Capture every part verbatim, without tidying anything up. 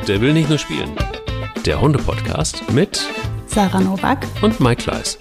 Der will nicht nur spielen. Der Hunde-Podcast mit Sarah Nowak und Mike Kleiss.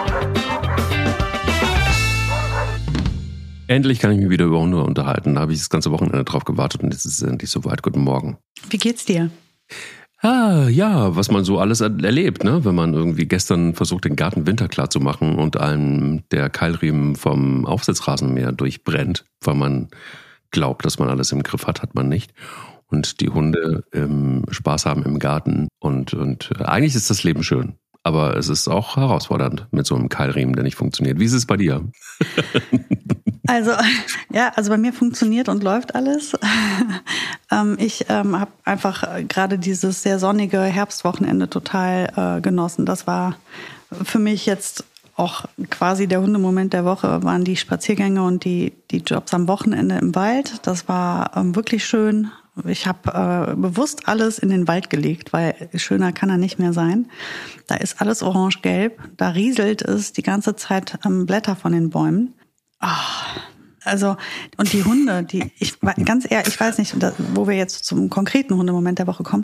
Endlich kann ich mich wieder über Hunde unterhalten. Da habe ich das ganze Wochenende drauf gewartet und jetzt ist es endlich soweit. Guten Morgen. Wie geht's dir? Ah, ja, was man so alles erlebt, ne? Wenn man irgendwie gestern versucht, den Garten winterklar zu machen und einem der Keilriemen vom Aufsitzrasenmäher durchbrennt, weil man glaubt, dass man alles im Griff hat, hat man nicht. Und die Hunde ähm, Spaß haben im Garten. Und, und äh, eigentlich ist das Leben schön. Aber es ist auch herausfordernd mit so einem Keilriemen, der nicht funktioniert. Wie ist es bei dir? Also, ja, also bei mir funktioniert und läuft alles. ähm, ich ähm, habe einfach gerade dieses sehr sonnige Herbstwochenende total äh, genossen. Das war für mich jetzt auch quasi der Hundemoment der Woche, waren die Spaziergänge und die, die Jobs am Wochenende im Wald. Das war ähm, wirklich schön. Ich habe äh, bewusst alles in den Wald gelegt, weil schöner kann er nicht mehr sein. Da ist alles orange-gelb, da rieselt es die ganze Zeit ähm, Blätter von den Bäumen. Oh, also, und die Hunde, die, ich ganz ehrlich, ich weiß nicht, wo wir jetzt zum konkreten Hundemoment der Woche kommen.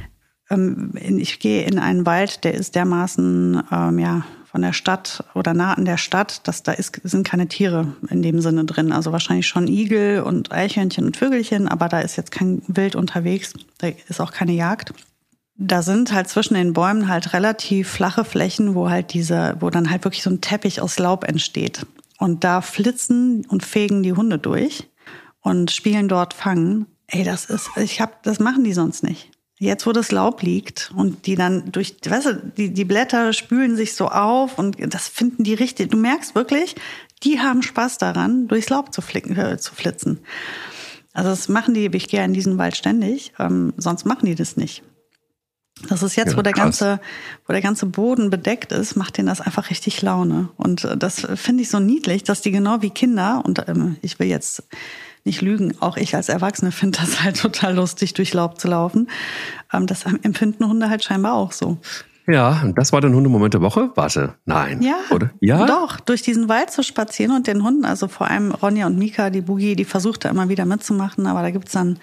Ähm, ich gehe in einen Wald, der ist dermaßen, ähm, ja, von der Stadt oder nah an der Stadt, dass da ist, sind keine Tiere in dem Sinne drin. Also wahrscheinlich schon Igel und Eichhörnchen und Vögelchen, aber da ist jetzt kein Wild unterwegs. Da ist auch keine Jagd. Da sind halt zwischen den Bäumen halt relativ flache Flächen, wo halt diese, wo dann halt wirklich so ein Teppich aus Laub entsteht. Und da flitzen und fegen die Hunde durch und spielen dort Fangen. Ey, das ist, ich hab, das machen die sonst nicht. Jetzt, wo das Laub liegt und die dann durch, weißt du, die, die Blätter spülen sich so auf und das finden die richtig. Du merkst wirklich, die haben Spaß daran, durchs Laub zu, flicken, äh, zu flitzen. Also das machen die, ich gehe in diesen Wald ständig, ähm, sonst machen die das nicht. Das ist jetzt, ja, wo der krass. ganze, wo der ganze Boden bedeckt ist, macht denen das einfach richtig Laune. Und das finde ich so niedlich, dass die genau wie Kinder, und ähm, ich will jetzt nicht lügen, auch ich als Erwachsene finde das halt total lustig, durch Laub zu laufen. Ähm, das empfinden Hunde halt scheinbar auch so. Ja, und das war dein Hundemoment der Woche? Warte, nein, ja, oder? Ja, doch, durch diesen Wald zu spazieren und den Hunden, also vor allem Ronja und Mika, die Boogie, die versucht da immer wieder mitzumachen, aber da gibt's dann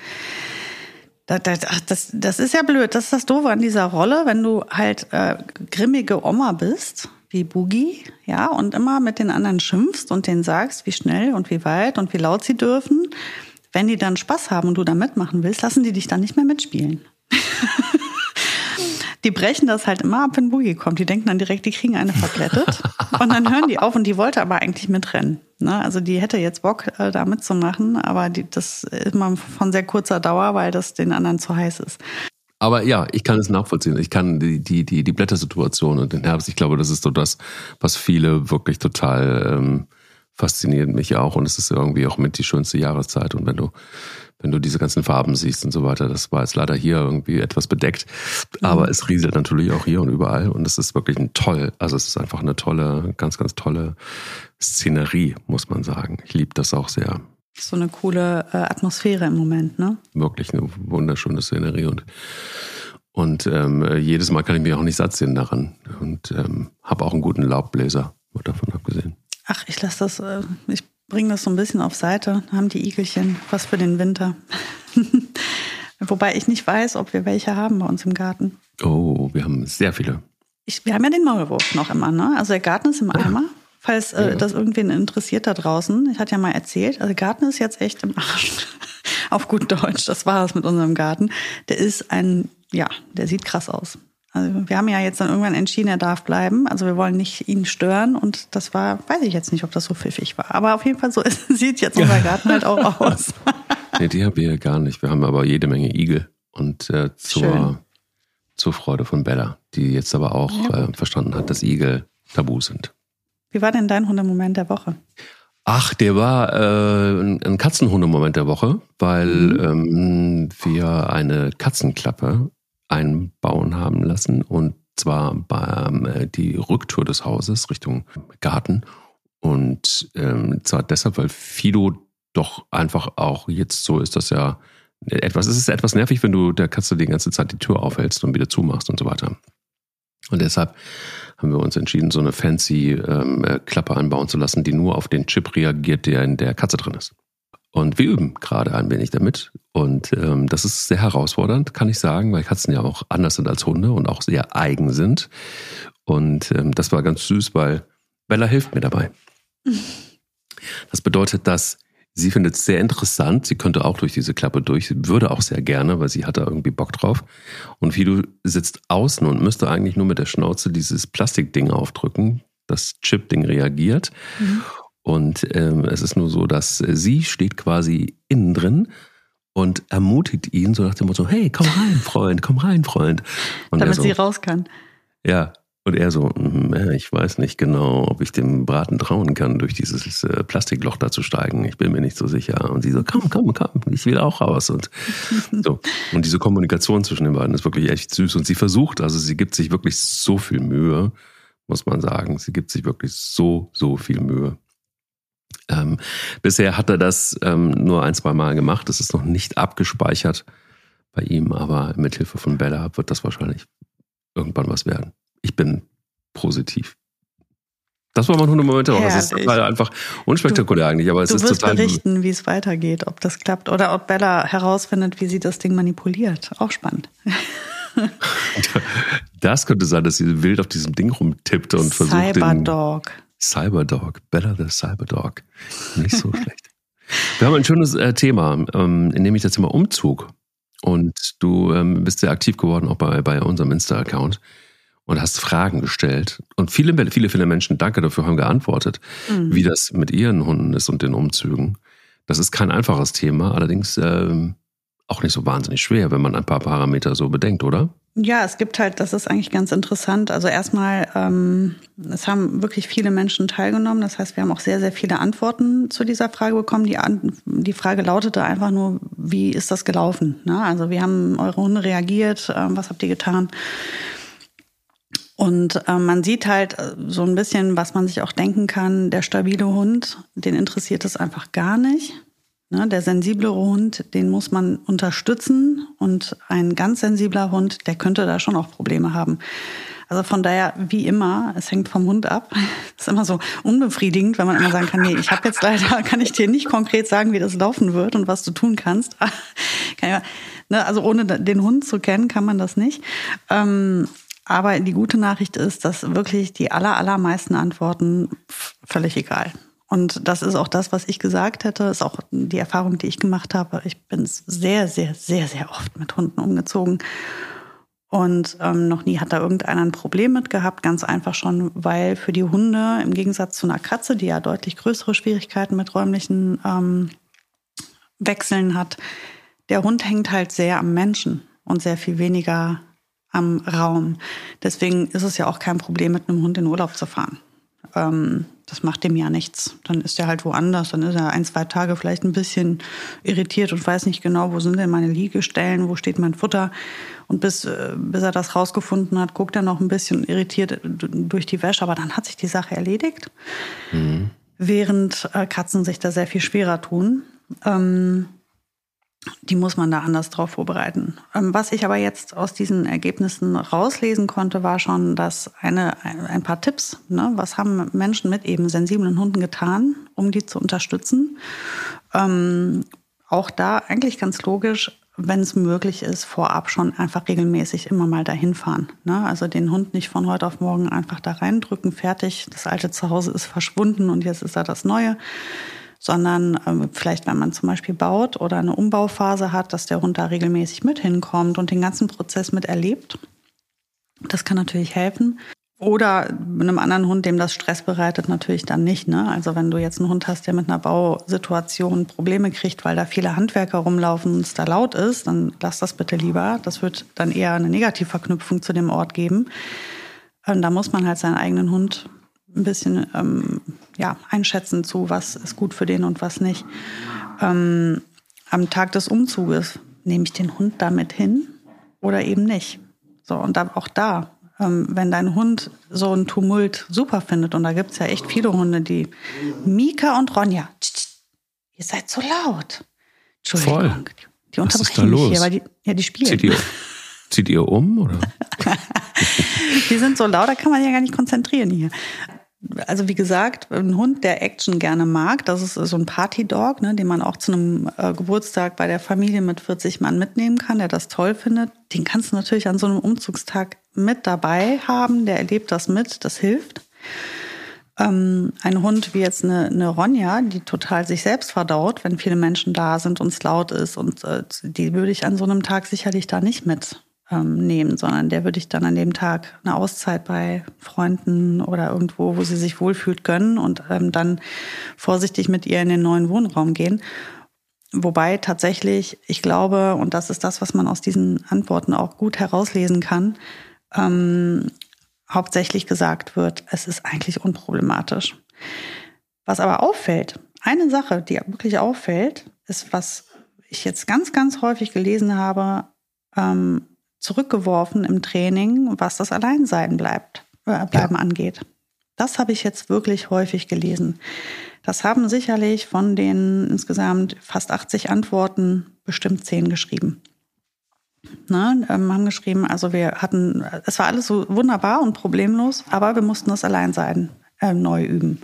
Das, das, das ist ja blöd. Das ist das Doofe an dieser Rolle, wenn du halt äh, grimmige Oma bist, wie Boogie, ja, und immer mit den anderen schimpfst und denen sagst, wie schnell und wie weit und wie laut sie dürfen. Wenn die dann Spaß haben und du da mitmachen willst, lassen die dich dann nicht mehr mitspielen. Die brechen das halt immer ab, wenn Boogie kommt. Die denken dann direkt, die kriegen eine verklettet. Und dann hören die auf und die wollte aber eigentlich mitrennen. Ne? Also die hätte jetzt Bock, äh, da mitzumachen, aber die, das ist immer von sehr kurzer Dauer, weil das den anderen zu heiß ist. Aber ja, ich kann es nachvollziehen. Ich kann die, die, die, die Blättersituation und den Herbst, ich glaube, das ist so das, was viele wirklich total ähm, fasziniert, mich auch. Und es ist irgendwie auch mit die schönste Jahreszeit. Und wenn du wenn du diese ganzen Farben siehst und so weiter, das war jetzt leider hier irgendwie etwas bedeckt, aber mhm. es rieselt natürlich auch hier und überall und es ist wirklich ein toll, also es ist einfach eine tolle, ganz, ganz tolle Szenerie, muss man sagen. Ich liebe das auch sehr. So eine coole äh, Atmosphäre im Moment, ne? Wirklich eine wunderschöne Szenerie und und ähm, jedes Mal kann ich mich auch nicht satt sehen daran und ähm, habe auch einen guten Laubbläser, davon abgesehen. Ach, ich lasse das, äh, ich bringen das so ein bisschen auf Seite, haben die Igelchen was für den Winter. Wobei ich nicht weiß, ob wir welche haben bei uns im Garten. Oh, wir haben sehr viele. Ich, wir haben ja den Maulwurf noch immer, ne? Also der Garten ist im Eimer, falls äh, ja. das irgendwen interessiert da draußen. Ich hatte ja mal erzählt, also der Garten ist jetzt echt im Arsch. Auf gut Deutsch, das war es mit unserem Garten. Der ist ein, ja, der sieht krass aus. Also wir haben ja jetzt dann irgendwann entschieden, er darf bleiben. Also wir wollen nicht ihn stören und das war, weiß ich jetzt nicht, ob das so pfiffig war. Aber auf jeden Fall so ist, sieht jetzt unser Garten halt auch aus. Nee, die haben wir ja gar nicht. Wir haben aber jede Menge Igel und äh, zur, zur Freude von Bella, die jetzt aber auch ja, äh, verstanden hat, dass Igel tabu sind. Wie war denn dein Hundemoment der Woche? Ach, der war äh, ein Katzenhundemoment der Woche, weil mhm. ähm, wir eine Katzenklappe einbauen haben lassen und zwar beim äh, die Rücktür des Hauses Richtung Garten und ähm, zwar deshalb, weil Fido doch einfach auch jetzt so ist, dass ja etwas, es ist etwas nervig, wenn du der Katze die ganze Zeit die Tür aufhältst und wieder zumachst und so weiter. Und deshalb haben wir uns entschieden, so eine fancy ähm, Klappe einbauen zu lassen, die nur auf den Chip reagiert, der in der Katze drin ist. Und wir üben gerade ein wenig damit. Und ähm, das ist sehr herausfordernd, kann ich sagen, weil Katzen ja auch anders sind als Hunde und auch sehr eigen sind. Und ähm, das war ganz süß, weil Bella hilft mir dabei. Das bedeutet, dass sie findet es sehr interessant. Sie könnte auch durch diese Klappe durch, würde auch sehr gerne, weil sie hat da irgendwie Bock drauf. Und Fido sitzt außen und müsste eigentlich nur mit der Schnauze dieses Plastikding aufdrücken. Das Chip-Ding reagiert. Mhm. Und ähm, es ist nur so, dass sie steht quasi innen drin und ermutigt ihn so nach dem Motto, hey, komm rein, Freund, komm rein, Freund. Und damit so, sie raus kann. Ja, und er so, ich weiß nicht genau, ob ich dem Braten trauen kann, durch dieses äh, Plastikloch da zu steigen. Ich bin mir nicht so sicher. Und sie so, komm, komm, komm, ich will auch raus. Und so. Und diese Kommunikation zwischen den beiden ist wirklich echt süß. Und sie versucht, also sie gibt sich wirklich so viel Mühe, muss man sagen. Sie gibt sich wirklich so, so viel Mühe. Ähm, bisher hat er das ähm, nur ein, zwei Mal gemacht. Das ist noch nicht abgespeichert bei ihm, aber mit Hilfe von Bella wird das wahrscheinlich irgendwann was werden. Ich bin positiv. Das war mein Hundemoment. Das ist total einfach unspektakulär du, eigentlich, aber es du ist wirst total berichten, wie es weitergeht, ob das klappt oder ob Bella herausfindet, wie sie das Ding manipuliert. Auch spannend. Das könnte sein, dass sie wild auf diesem Ding rumtippt und versucht den... Cyberdog. Cyberdog, Bella the Cyberdog. Nicht so schlecht. Wir haben ein schönes äh, Thema, ähm, nämlich das Thema Umzug. Und du ähm, bist sehr aktiv geworden, auch bei, bei unserem Insta-Account und hast Fragen gestellt. Und viele, viele, viele Menschen, danke dafür, haben geantwortet, mhm. wie das mit ihren Hunden ist und den Umzügen. Das ist kein einfaches Thema, allerdings ähm, auch nicht so wahnsinnig schwer, wenn man ein paar Parameter so bedenkt, oder? Ja, es gibt halt, das ist eigentlich ganz interessant. Also erstmal, ähm, es haben wirklich viele Menschen teilgenommen. Das heißt, wir haben auch sehr, sehr viele Antworten zu dieser Frage bekommen. Die, die Frage lautete einfach nur, wie ist das gelaufen? Ne? Also wie haben eure Hunde reagiert? Ähm, was habt ihr getan? Und ähm, man sieht halt so ein bisschen, was man sich auch denken kann, der stabile Hund, den interessiert es einfach gar nicht. Ne, der sensiblere Hund, den muss man unterstützen und ein ganz sensibler Hund, der könnte da schon auch Probleme haben. Also von daher, wie immer, es hängt vom Hund ab. Das ist immer so unbefriedigend, wenn man immer sagen kann, nee, ich habe jetzt leider, kann ich dir nicht konkret sagen, wie das laufen wird und was du tun kannst. Kann ich, ne, also ohne den Hund zu kennen, kann man das nicht. Ähm, aber die gute Nachricht ist, dass wirklich die aller, allermeisten Antworten völlig egal. Und das ist auch das, was ich gesagt hätte, ist auch die Erfahrung, die ich gemacht habe. Ich bin sehr, sehr, sehr, sehr oft mit Hunden umgezogen. Und ähm, noch nie hat da irgendeiner ein Problem mit gehabt. Ganz einfach schon, weil für die Hunde im Gegensatz zu einer Katze, die ja deutlich größere Schwierigkeiten mit räumlichen ähm, Wechseln hat, der Hund hängt halt sehr am Menschen und sehr viel weniger am Raum. Deswegen ist es ja auch kein Problem, mit einem Hund in Urlaub zu fahren. Ähm, das macht dem ja nichts. Dann ist er halt woanders, dann ist er ein, zwei Tage vielleicht ein bisschen irritiert und weiß nicht genau, wo sind denn meine Liegestellen, wo steht mein Futter. Und bis, bis er das rausgefunden hat, guckt er noch ein bisschen irritiert durch die Wäsche, aber dann hat sich die Sache erledigt. Mhm. Während Katzen sich da sehr viel schwerer tun. Ähm, Die muss man da anders drauf vorbereiten. Was ich aber jetzt aus diesen Ergebnissen rauslesen konnte, war schon, dass eine, ein paar Tipps, ne, was haben Menschen mit eben sensiblen Hunden getan, um die zu unterstützen. Ähm, auch da eigentlich ganz logisch, wenn es möglich ist, vorab schon einfach regelmäßig immer mal dahin fahren. Ne? Also den Hund nicht von heute auf morgen einfach da reindrücken, fertig, das alte Zuhause ist verschwunden und jetzt ist da das Neue. Sondern ähm, vielleicht, wenn man zum Beispiel baut oder eine Umbauphase hat, dass der Hund da regelmäßig mit hinkommt und den ganzen Prozess mit erlebt. Das kann natürlich helfen. Oder mit einem anderen Hund, dem das Stress bereitet, natürlich dann nicht. Ne? Also wenn du jetzt einen Hund hast, der mit einer Bausituation Probleme kriegt, weil da viele Handwerker rumlaufen und es da laut ist, dann lass das bitte lieber. Das wird dann eher eine Negativverknüpfung zu dem Ort geben. Und da muss man halt seinen eigenen Hund ein bisschen ähm, ja, einschätzen zu, was ist gut für den und was nicht. Ähm, am Tag des Umzuges nehme ich den Hund damit hin oder eben nicht. So, und da, auch da, ähm, wenn dein Hund so einen Tumult super findet, und da gibt es ja echt viele Hunde, die Mika und Ronja, tsch, tsch, ihr seid so laut. Entschuldigung, voll. Die, die unterbrechen mich hier, weil die, ja, die spielen. Zieht ihr, zieht ihr um, oder? Die sind so laut, da kann man ja gar nicht konzentrieren hier. also wie gesagt, ein Hund, der Action gerne mag, das ist so ein Partydog, ne, den man auch zu einem äh, Geburtstag bei der Familie mit vierzig Mann mitnehmen kann, der das toll findet. Den kannst du natürlich an so einem Umzugstag mit dabei haben, der erlebt das mit, das hilft. Ähm, ein Hund wie jetzt eine, eine Ronja, die total sich selbst verdaut, wenn viele Menschen da sind und es laut ist, und äh, die würde ich an so einem Tag sicherlich da nicht mit ähm, nehmen, sondern der würde ich dann an dem Tag eine Auszeit bei Freunden oder irgendwo, wo sie sich wohlfühlt, gönnen und ähm, dann vorsichtig mit ihr in den neuen Wohnraum gehen. Wobei tatsächlich, ich glaube, und das ist das, was man aus diesen Antworten auch gut herauslesen kann, ähm, hauptsächlich gesagt wird, es ist eigentlich unproblematisch. Was aber auffällt, eine Sache, die wirklich auffällt, ist, was ich jetzt ganz, ganz häufig gelesen habe, ähm, zurückgeworfen im Training, was das Alleinsein bleibt, äh, bleiben ja. angeht. Das habe ich jetzt wirklich häufig gelesen. Das haben sicherlich von den insgesamt fast achtzig Antworten bestimmt zehn geschrieben. Ne, ähm, haben geschrieben, also wir hatten, es war alles so wunderbar und problemlos, aber wir mussten das Alleinsein äh, neu üben.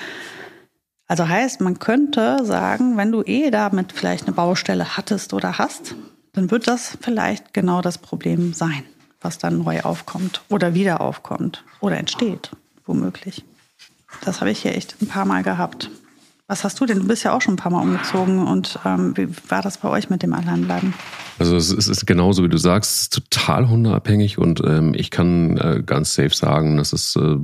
Also heißt, man könnte sagen, wenn du eh damit vielleicht eine Baustelle hattest oder hast, dann wird das vielleicht genau das Problem sein, was dann neu aufkommt oder wieder aufkommt oder entsteht, womöglich. Das habe ich hier echt ein paar Mal gehabt. Was hast du denn? Du bist ja auch schon ein paar Mal umgezogen. Und ähm, wie war das bei euch mit dem Alleinbleiben? Also es ist, es ist genauso, wie du sagst, es ist total hundeabhängig. Und ähm, ich kann äh, ganz safe sagen, dass es äh,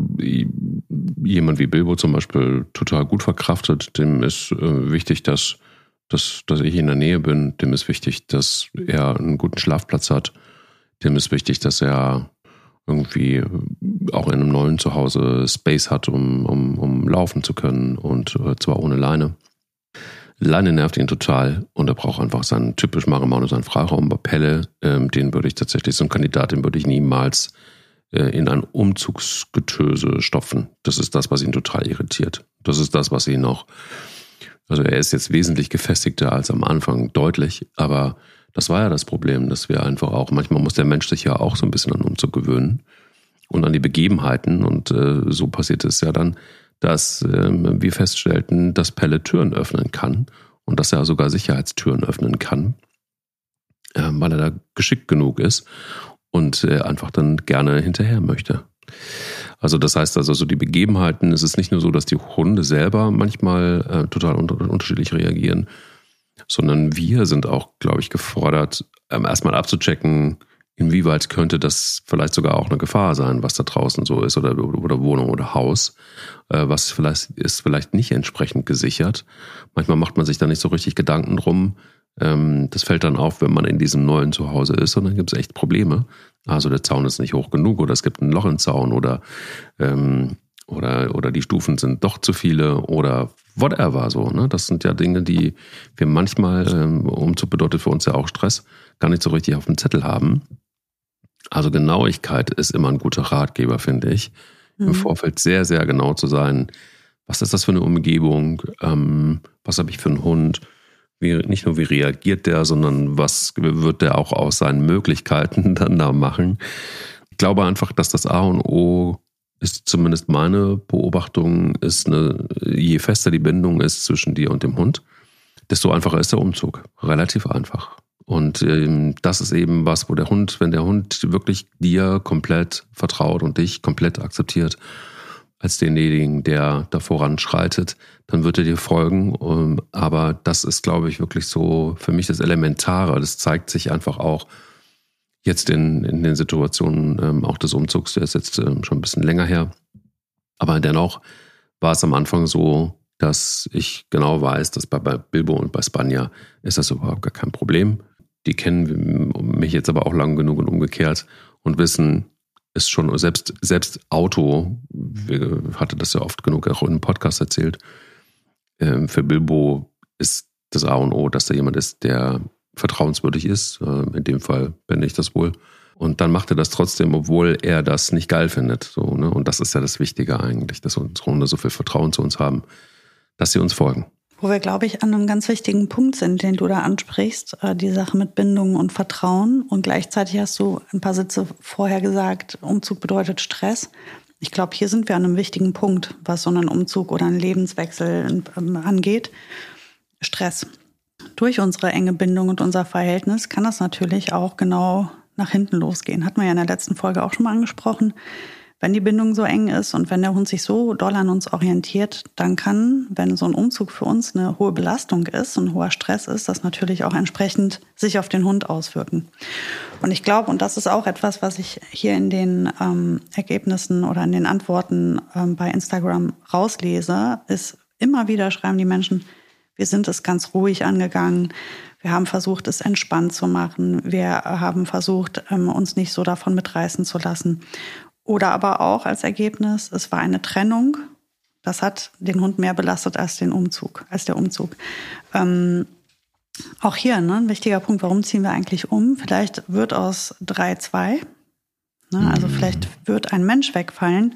jemand wie Bilbo zum Beispiel total gut verkraftet. Dem ist äh, wichtig, dass, dass, dass ich in der Nähe bin. Dem ist wichtig, dass er einen guten Schlafplatz hat. Dem ist wichtig, dass er irgendwie auch in einem neuen Zuhause Space hat, um, um, um laufen zu können, und äh, zwar ohne Leine. Leine nervt ihn total und er braucht einfach seinen typisch Maremano, seinen Freiraum. Bei Pelle, ähm, den würde ich tatsächlich, so einen Kandidaten würde ich niemals äh, in ein Umzugsgetöse stopfen. Das ist das, was ihn total irritiert. Das ist das, was ihn noch, also er ist jetzt wesentlich gefestigter als am Anfang, deutlich, aber das war ja das Problem, dass wir einfach auch, manchmal muss der Mensch sich ja auch so ein bisschen an den Umzug gewöhnen und an die Begebenheiten. Und äh, so passiert es ja dann, dass äh, wir feststellten, dass Pelle Türen öffnen kann und dass er sogar Sicherheitstüren öffnen kann, äh, weil er da geschickt genug ist und äh, einfach dann gerne hinterher möchte. Also das heißt also, so die Begebenheiten, es ist nicht nur so, dass die Hunde selber manchmal äh, total unter- unterschiedlich reagieren, sondern wir sind auch, glaube ich, gefordert, erstmal abzuchecken, inwieweit könnte das vielleicht sogar auch eine Gefahr sein, was da draußen so ist, oder, oder Wohnung oder Haus, was vielleicht ist vielleicht nicht entsprechend gesichert. Manchmal macht man sich da nicht so richtig Gedanken drum. Das fällt dann auf, wenn man in diesem neuen Zuhause ist, und dann gibt es echt Probleme. Also der Zaun ist nicht hoch genug oder es gibt ein Loch im Zaun oder ähm, Oder, oder die Stufen sind doch zu viele oder whatever so. Ne? Das sind ja Dinge, die wir manchmal, ähm, Umzug bedeutet für uns ja auch Stress, gar nicht so richtig auf dem Zettel haben. Also Genauigkeit ist immer ein guter Ratgeber, finde ich. Mhm. Im Vorfeld sehr, sehr genau zu sein. Was ist das für eine Umgebung? Ähm, was habe ich für einen Hund? Wie, nicht nur wie reagiert der, sondern was wird der auch aus seinen Möglichkeiten dann da machen? Ich glaube einfach, dass das A und O ist, zumindest meine Beobachtung, ist eine, je fester die Bindung ist zwischen dir und dem Hund, desto einfacher ist der Umzug. Relativ einfach. Und ähm, das ist eben was, wo der Hund, wenn der Hund wirklich dir komplett vertraut und dich komplett akzeptiert als denjenigen, der da voranschreitet, dann wird er dir folgen. Um, aber das ist, glaube ich, wirklich so für mich das Elementare. Das zeigt sich einfach auch jetzt in, in den Situationen ähm, auch des Umzugs, der ist jetzt ähm, schon ein bisschen länger her. Aber dennoch war es am Anfang so, dass ich genau weiß, dass bei, bei Bilbo und bei Spanja ist das überhaupt gar kein Problem. Die kennen mich jetzt aber auch lang genug und umgekehrt und wissen, ist schon, selbst, selbst Auto, wir hatte das ja oft genug auch im Podcast erzählt, ähm, für Bilbo ist das A und O, dass da jemand ist, der vertrauenswürdig ist. In dem Fall bin ich das wohl. Und dann macht er das trotzdem, obwohl er das nicht geil findet. So, ne? Und das ist ja das Wichtige eigentlich, dass unsere Hunde so viel Vertrauen zu uns haben, dass sie uns folgen. Wo wir, glaube ich, an einem ganz wichtigen Punkt sind, den du da ansprichst, die Sache mit Bindung und Vertrauen. Und gleichzeitig hast du ein paar Sätze vorher gesagt, Umzug bedeutet Stress. ich glaube, hier sind wir an einem wichtigen Punkt, was so einen Umzug oder einen Lebenswechsel angeht. Stress. Durch unsere enge Bindung und unser Verhältnis kann das natürlich auch genau nach hinten losgehen. Hat man ja in der letzten Folge auch schon mal angesprochen. Wenn die Bindung so eng ist und wenn der Hund sich so doll an uns orientiert, dann kann, wenn so ein Umzug für uns eine hohe Belastung ist, ein hoher Stress ist, das natürlich auch entsprechend sich auf den Hund auswirken. Und ich glaube, und das ist auch etwas, was ich hier in den ähm, Ergebnissen oder in den Antworten ähm, bei Instagram rauslese, ist, immer wieder schreiben die Menschen, wir sind es ganz ruhig angegangen. Wir haben versucht, es entspannt zu machen. Wir haben versucht, ähm, uns nicht so davon mitreißen zu lassen. Oder aber auch als Ergebnis, es war eine Trennung. Das hat den Hund mehr belastet als den Umzug, als der Umzug. Ähm, auch hier ne, ein wichtiger Punkt, warum ziehen wir eigentlich um? Vielleicht wird aus drei zwei. Ne, also vielleicht wird ein Mensch wegfallen.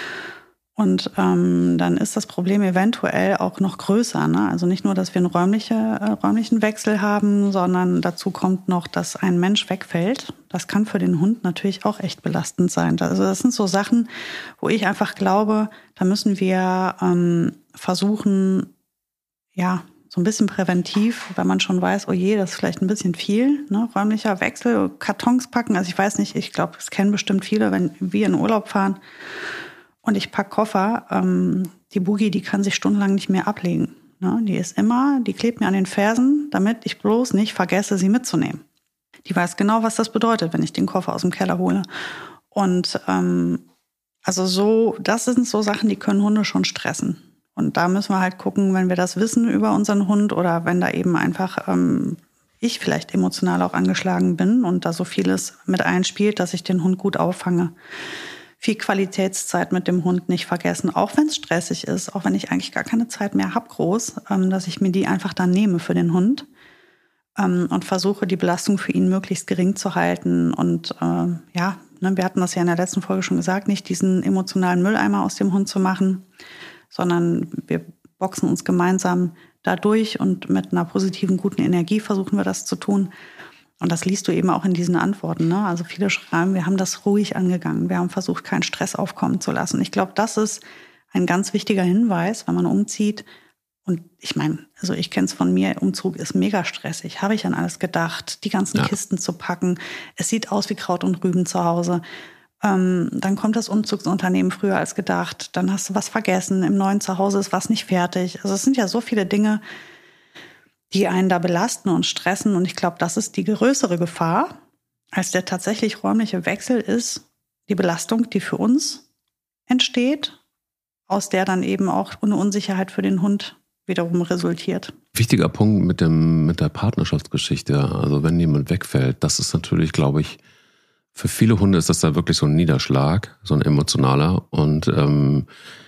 Und ähm, dann ist das Problem eventuell auch noch größer. Ne? Also nicht nur, dass wir einen räumliche, äh, räumlichen Wechsel haben, sondern dazu kommt noch, dass ein Mensch wegfällt. Das kann für den Hund natürlich auch echt belastend sein. Also das sind so Sachen, wo ich einfach glaube, da müssen wir ähm, versuchen, ja, so ein bisschen präventiv, weil man schon weiß, oh je, das ist vielleicht ein bisschen viel, ne? Räumlicher Wechsel, Kartons packen. Also ich weiß nicht, ich glaube, das kennen bestimmt viele, wenn wir in Urlaub fahren. Und ich pack Koffer, ähm, die Boogie, die kann sich stundenlang nicht mehr ablegen. Ne? Die ist immer, die klebt mir an den Fersen, damit ich bloß nicht vergesse, sie mitzunehmen. Die weiß genau, was das bedeutet, wenn ich den Koffer aus dem Keller hole. Und ähm, also so, das sind so Sachen, die können Hunde schon stressen. Und da müssen wir halt gucken, wenn wir das wissen über unseren Hund oder wenn da eben einfach ähm, ich vielleicht emotional auch angeschlagen bin und da so vieles mit einspielt, dass ich den Hund gut auffange. Viel Qualitätszeit mit dem Hund nicht vergessen, auch wenn es stressig ist, auch wenn ich eigentlich gar keine Zeit mehr habe groß, ähm, dass ich mir die einfach dann nehme für den Hund ähm, und versuche, die Belastung für ihn möglichst gering zu halten. Und äh, ja, ne, wir hatten das ja in der letzten Folge schon gesagt, nicht diesen emotionalen Mülleimer aus dem Hund zu machen, sondern wir boxen uns gemeinsam dadurch und mit einer positiven, guten Energie versuchen wir das zu tun. Und das liest du eben auch in diesen Antworten. Ne? Also viele schreiben, wir haben das ruhig angegangen. Wir haben versucht, keinen Stress aufkommen zu lassen. Ich glaube, das ist ein ganz wichtiger Hinweis, wenn man umzieht. Und ich meine, also ich kenne es von mir, Umzug ist mega stressig. Habe ich an alles gedacht, die ganzen ja. Kisten zu packen. Es sieht aus wie Kraut und Rüben zu Hause. Ähm, dann kommt das Umzugsunternehmen früher als gedacht. Dann hast du was vergessen. Im neuen Zuhause ist was nicht fertig. Also es sind ja so viele Dinge, die einen da belasten und stressen. Und ich glaube, das ist die größere Gefahr, als der tatsächlich räumliche Wechsel ist, die Belastung, die für uns entsteht, aus der dann eben auch eine Unsicherheit für den Hund wiederum resultiert. Wichtiger Punkt mit dem mit der Partnerschaftsgeschichte. Also wenn jemand wegfällt, das ist natürlich, glaube ich, für viele Hunde ist das da wirklich so ein Niederschlag, so ein emotionaler. Und ähm,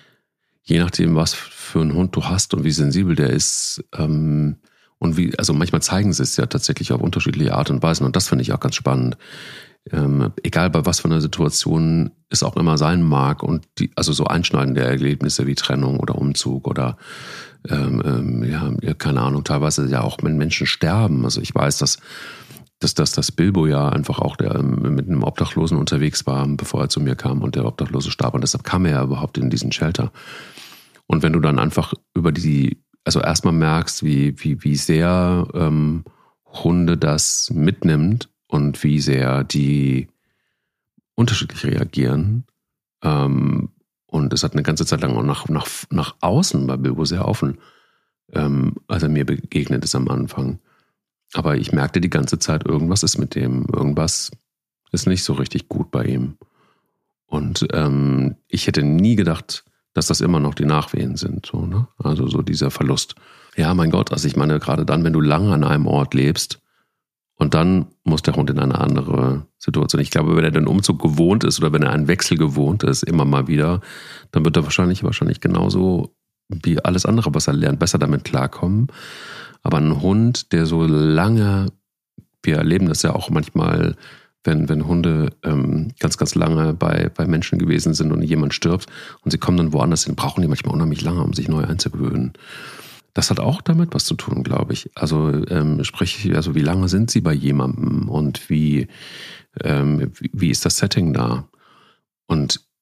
je nachdem, was für einen Hund du hast und wie sensibel der ist, ähm, und wie, also manchmal zeigen sie es ja tatsächlich auf unterschiedliche Art und Weisen. Und das finde ich auch ganz spannend. Ähm, egal bei was für einer Situation es auch immer sein mag. Und die, also so einschneidende Erlebnisse wie Trennung oder Umzug oder ähm, ähm, ja, keine Ahnung, teilweise ja auch wenn Menschen sterben. Also ich weiß, dass dass, dass das Bilbo ja einfach auch der ähm, mit einem Obdachlosen unterwegs war, bevor er zu mir kam und der Obdachlose starb. Und deshalb kam er ja überhaupt in diesen Shelter. Und wenn du dann einfach über die Also erstmal merkst, wie, wie, wie sehr ähm, Hunde das mitnimmt und wie sehr die unterschiedlich reagieren. Ähm, und es hat eine ganze Zeit lang auch nach, nach, nach außen bei Bilbo sehr offen, ähm, als er mir begegnet ist am Anfang. Aber ich merkte die ganze Zeit, irgendwas ist mit dem, irgendwas ist nicht so richtig gut bei ihm. Und ähm, ich hätte nie gedacht, dass das immer noch die Nachwehen sind. So, ne? Also so dieser Verlust. Ja, mein Gott, also ich meine, gerade dann, wenn du lange an einem Ort lebst und dann muss der Hund in eine andere Situation. Ich glaube, wenn er den Umzug gewohnt ist oder wenn er einen Wechsel gewohnt ist, immer mal wieder, dann wird er wahrscheinlich, wahrscheinlich genauso wie alles andere, was er lernt, besser damit klarkommen. Aber ein Hund, der so lange, wir erleben das ja auch manchmal, wenn, wenn Hunde ähm, ganz, ganz lange bei, bei Menschen gewesen sind und jemand stirbt und sie kommen dann woanders hin, brauchen die manchmal unheimlich lange, um sich neu einzugewöhnen. Das hat auch damit was zu tun, glaube ich. Also ähm, sprich, also wie lange sind sie bei jemandem und wie, ähm, wie, wie ist das Setting da? Und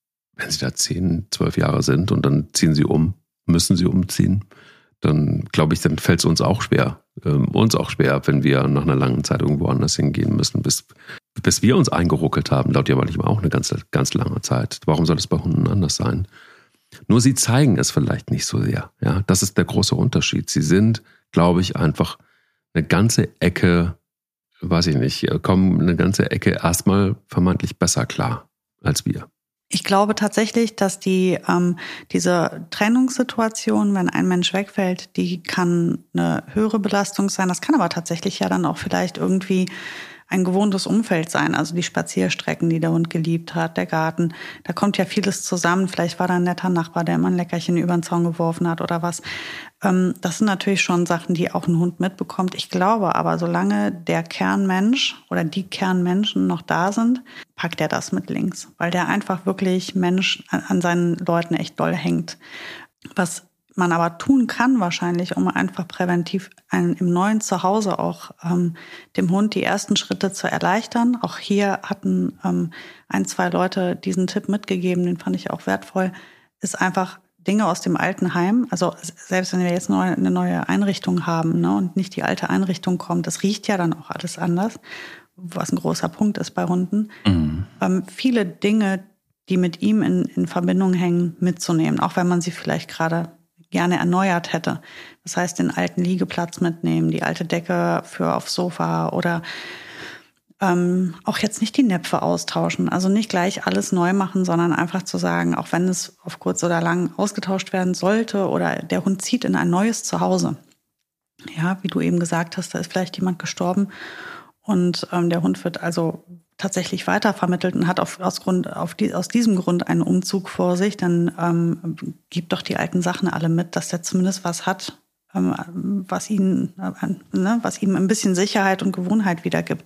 wenn sie da zehn, zwölf Jahre sind und dann ziehen sie um, müssen sie umziehen, dann glaube ich, dann fällt es uns auch schwer. Ähm, uns auch schwer, wenn wir nach einer langen Zeit irgendwo anders hingehen müssen, bis, bis wir uns eingeruckelt haben. Dauert ja manchmal auch eine ganz, ganz lange Zeit. Warum soll es bei Hunden anders sein? Nur sie zeigen es vielleicht nicht so sehr. Ja, das ist der große Unterschied. Sie sind, glaube ich, einfach eine ganze Ecke, weiß ich nicht, kommen eine ganze Ecke erstmal vermeintlich besser klar als wir. Ich glaube tatsächlich, dass die ähm, diese Trennungssituation, wenn ein Mensch wegfällt, die kann eine höhere Belastung sein. Das kann aber tatsächlich ja dann auch vielleicht irgendwie ein gewohntes Umfeld sein. Also die Spazierstrecken, die der Hund geliebt hat, der Garten. Da kommt ja vieles zusammen. Vielleicht war da ein netter Nachbar, der immer ein Leckerchen über den Zaun geworfen hat oder was. Ähm, das sind natürlich schon Sachen, die auch ein Hund mitbekommt. Ich glaube aber, solange der Kernmensch oder die Kernmenschen noch da sind, packt er das mit links. Weil der einfach wirklich Mensch an seinen Leuten echt doll hängt. Was man aber tun kann wahrscheinlich, um einfach präventiv einen, im neuen Zuhause auch ähm, dem Hund die ersten Schritte zu erleichtern. Auch hier hatten ähm, ein, zwei Leute diesen Tipp mitgegeben, den fand ich auch wertvoll, ist einfach Dinge aus dem alten Heim, also selbst wenn wir jetzt neu, eine neue Einrichtung haben, ne, und nicht die alte Einrichtung kommt, das riecht ja dann auch alles anders, was ein großer Punkt ist bei Hunden. Mhm. Ähm, viele Dinge, die mit ihm in, in Verbindung hängen, mitzunehmen, auch wenn man sie vielleicht gerade gerne erneuert hätte. Das heißt, den alten Liegeplatz mitnehmen, die alte Decke für aufs Sofa oder ähm, auch jetzt nicht die Näpfe austauschen. Also nicht gleich alles neu machen, sondern einfach zu sagen, auch wenn es auf kurz oder lang ausgetauscht werden sollte oder der Hund zieht in ein neues Zuhause. Ja, wie du eben gesagt hast, da ist vielleicht jemand gestorben und ähm, der Hund wird also tatsächlich weitervermittelt und hat auf, aus, Grund, auf die, aus diesem Grund einen Umzug vor sich, dann ähm, gibt doch die alten Sachen alle mit, dass der zumindest was hat, ähm, was ihn, äh, ne, was ihm ein bisschen Sicherheit und Gewohnheit wiedergibt.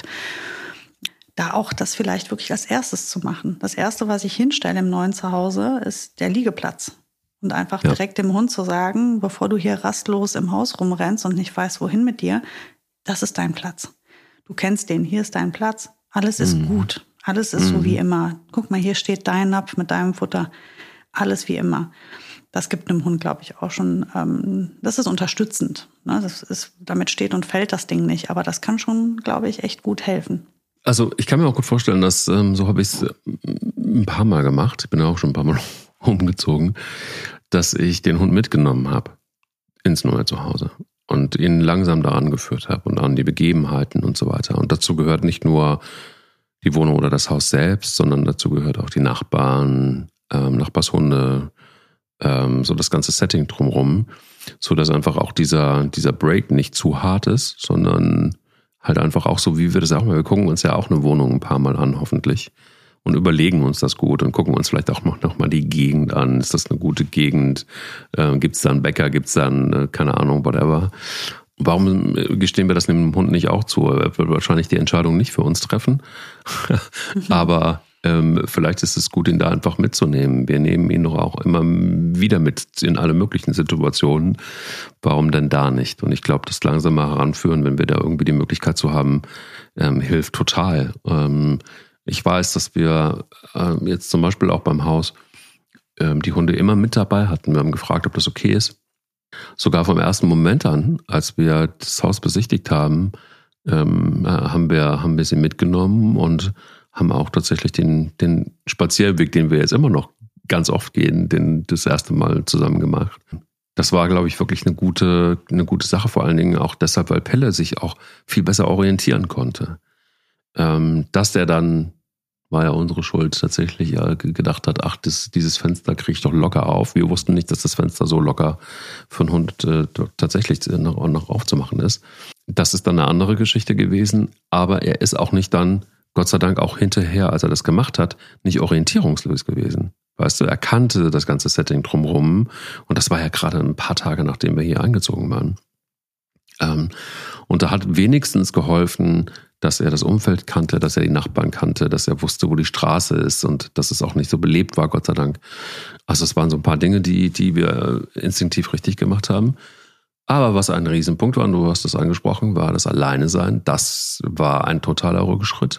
Da auch das vielleicht wirklich als erstes zu machen. Das Erste, was ich hinstelle im neuen Zuhause, ist der Liegeplatz. Und einfach ja. direkt dem Hund zu sagen, bevor du hier rastlos im Haus rumrennst und nicht weißt, wohin mit dir, das ist dein Platz. Du kennst den, hier ist dein Platz. Alles ist mhm. gut. Alles ist mhm. so wie immer. Guck mal, hier steht dein Napf mit deinem Futter. Alles wie immer. Das gibt einem Hund, glaube ich, auch schon, ähm, das ist unterstützend. Ne? Das ist, damit steht und fällt das Ding nicht. Aber das kann schon, glaube ich, echt gut helfen. Also ich kann mir auch gut vorstellen, dass, ähm, so habe ich es ein paar Mal gemacht, ich bin ja auch schon ein paar Mal umgezogen, dass ich den Hund mitgenommen habe ins neue Zuhause und ihn langsam daran geführt habe und an die Begebenheiten und so weiter. Und dazu gehört nicht nur die Wohnung oder das Haus selbst, sondern dazu gehört auch die Nachbarn, ähm, Nachbarshunde, ähm, so das ganze Setting drumherum, so dass einfach auch dieser, dieser Break nicht zu hart ist, sondern halt einfach auch so, wie wir das auch mal, wir gucken uns ja auch eine Wohnung ein paar Mal an, hoffentlich, und überlegen uns das gut und gucken uns vielleicht auch noch, noch mal die Gegend an. Ist das eine gute Gegend? Äh, gibt es da einen Bäcker? Gibt es da einen, äh, keine Ahnung, whatever? Warum gestehen wir das dem Hund nicht auch zu? Er wird wahrscheinlich die Entscheidung nicht für uns treffen. Aber ähm, vielleicht ist es gut, ihn da einfach mitzunehmen. Wir nehmen ihn doch auch immer wieder mit in alle möglichen Situationen. Warum denn da nicht? Und ich glaube, das langsam heranführen, wenn wir da irgendwie die Möglichkeit zu haben, ähm, hilft total. Ähm, ich weiß, dass wir äh, jetzt zum Beispiel auch beim Haus ähm, die Hunde immer mit dabei hatten. Wir haben gefragt, ob das okay ist. Sogar vom ersten Moment an, als wir das Haus besichtigt haben, ähm, haben wir, haben wir sie mitgenommen und haben auch tatsächlich den, den Spazierweg, den wir jetzt immer noch ganz oft gehen, den das erste Mal zusammen gemacht. Das war, glaube ich, wirklich eine gute, eine gute Sache, vor allen Dingen auch deshalb, weil Pelle sich auch viel besser orientieren konnte. Ähm, dass der dann, war ja unsere Schuld, tatsächlich ja gedacht hat, ach, das, dieses Fenster kriege ich doch locker auf. Wir wussten nicht, dass das Fenster so locker für einen Hund äh, tatsächlich noch, noch aufzumachen ist. Das ist dann eine andere Geschichte gewesen, aber er ist auch nicht dann, Gott sei Dank auch hinterher, als er das gemacht hat, nicht orientierungslos gewesen. Weißt du, er kannte das ganze Setting drumherum und das war ja gerade ein paar Tage, nachdem wir hier eingezogen waren. Ähm, und da hat wenigstens geholfen, dass er das Umfeld kannte, dass er die Nachbarn kannte, dass er wusste, wo die Straße ist und dass es auch nicht so belebt war, Gott sei Dank. Also es waren so ein paar Dinge, die, die wir instinktiv richtig gemacht haben. Aber was ein Riesenpunkt war, und du hast das angesprochen, war das Alleine sein. Das war ein totaler Rückschritt.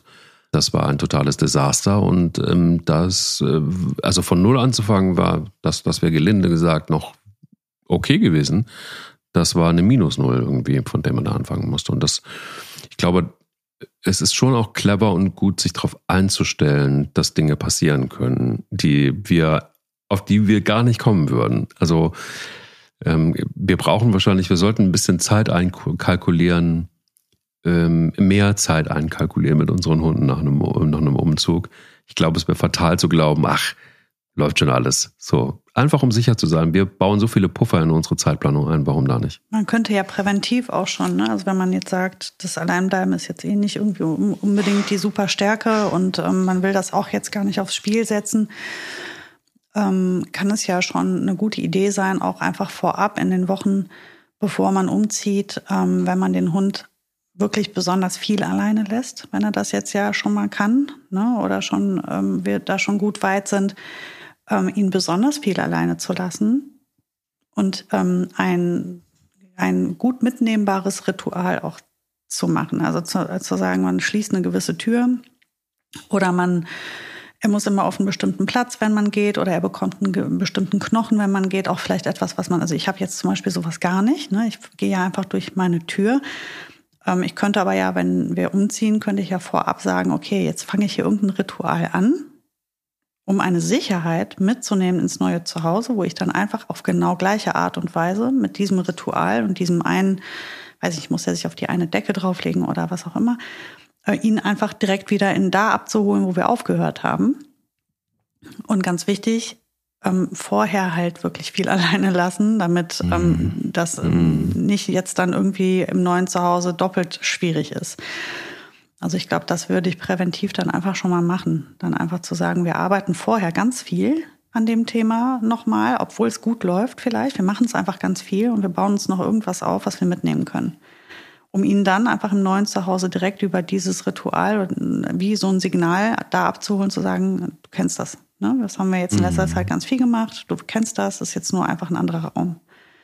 Das war ein totales Desaster und ähm, das, äh, also von null anzufangen war, das, das wäre gelinde gesagt noch okay gewesen. Das war eine Minus Null irgendwie, von der man da anfangen musste. Und das, ich glaube, es ist schon auch clever und gut, sich darauf einzustellen, dass Dinge passieren können, die wir, auf die wir gar nicht kommen würden. Also ähm, wir brauchen wahrscheinlich, wir sollten ein bisschen Zeit einkalkulieren, ähm, mehr Zeit einkalkulieren mit unseren Hunden nach einem, nach einem Umzug. Ich glaube, es wäre fatal zu glauben, ach, läuft schon alles. So, einfach um sicher zu sein. Wir bauen so viele Puffer in unsere Zeitplanung ein. Warum da nicht? Man könnte ja präventiv auch schon, ne? Also wenn man jetzt sagt, das Alleinbleiben ist jetzt eh nicht irgendwie unbedingt die super Stärke und ähm, man will das auch jetzt gar nicht aufs Spiel setzen, ähm, kann es ja schon eine gute Idee sein, auch einfach vorab in den Wochen, bevor man umzieht, ähm, wenn man den Hund wirklich besonders viel alleine lässt, wenn er das jetzt ja schon mal kann, ne? Oder schon ähm, wir da schon gut weit sind, ähm, ihn besonders viel alleine zu lassen und ähm, ein, ein gut mitnehmbares Ritual auch zu machen. Also zu, zu sagen, man schließt eine gewisse Tür oder man er muss immer auf einen bestimmten Platz, wenn man geht, oder er bekommt einen bestimmten Knochen, wenn man geht. Auch vielleicht etwas, was man, also ich habe jetzt zum Beispiel sowas gar nicht, ne? Ich gehe ja einfach durch meine Tür. Ähm, ich könnte aber ja, wenn wir umziehen, könnte ich ja vorab sagen, okay, jetzt fange ich hier irgendein Ritual an, um eine Sicherheit mitzunehmen ins neue Zuhause, wo ich dann einfach auf genau gleiche Art und Weise mit diesem Ritual und diesem einen, weiß ich, muss er sich auf die eine Decke drauflegen oder was auch immer, äh, ihn einfach direkt wieder in da abzuholen, wo wir aufgehört haben. Und ganz wichtig, ähm, vorher halt wirklich viel alleine lassen, damit ähm, das ähm, nicht jetzt dann irgendwie im neuen Zuhause doppelt schwierig ist. Also ich glaube, das würde ich präventiv dann einfach schon mal machen. Dann einfach zu sagen, wir arbeiten vorher ganz viel an dem Thema nochmal, obwohl es gut läuft vielleicht. Wir machen es einfach ganz viel und wir bauen uns noch irgendwas auf, was wir mitnehmen können. Um ihn dann einfach im neuen Zuhause direkt über dieses Ritual, wie so ein Signal da abzuholen, zu sagen, du kennst das. Ne? Das haben wir jetzt in letzter mhm. Zeit ganz viel gemacht. Du kennst das, das ist jetzt nur einfach ein anderer Raum.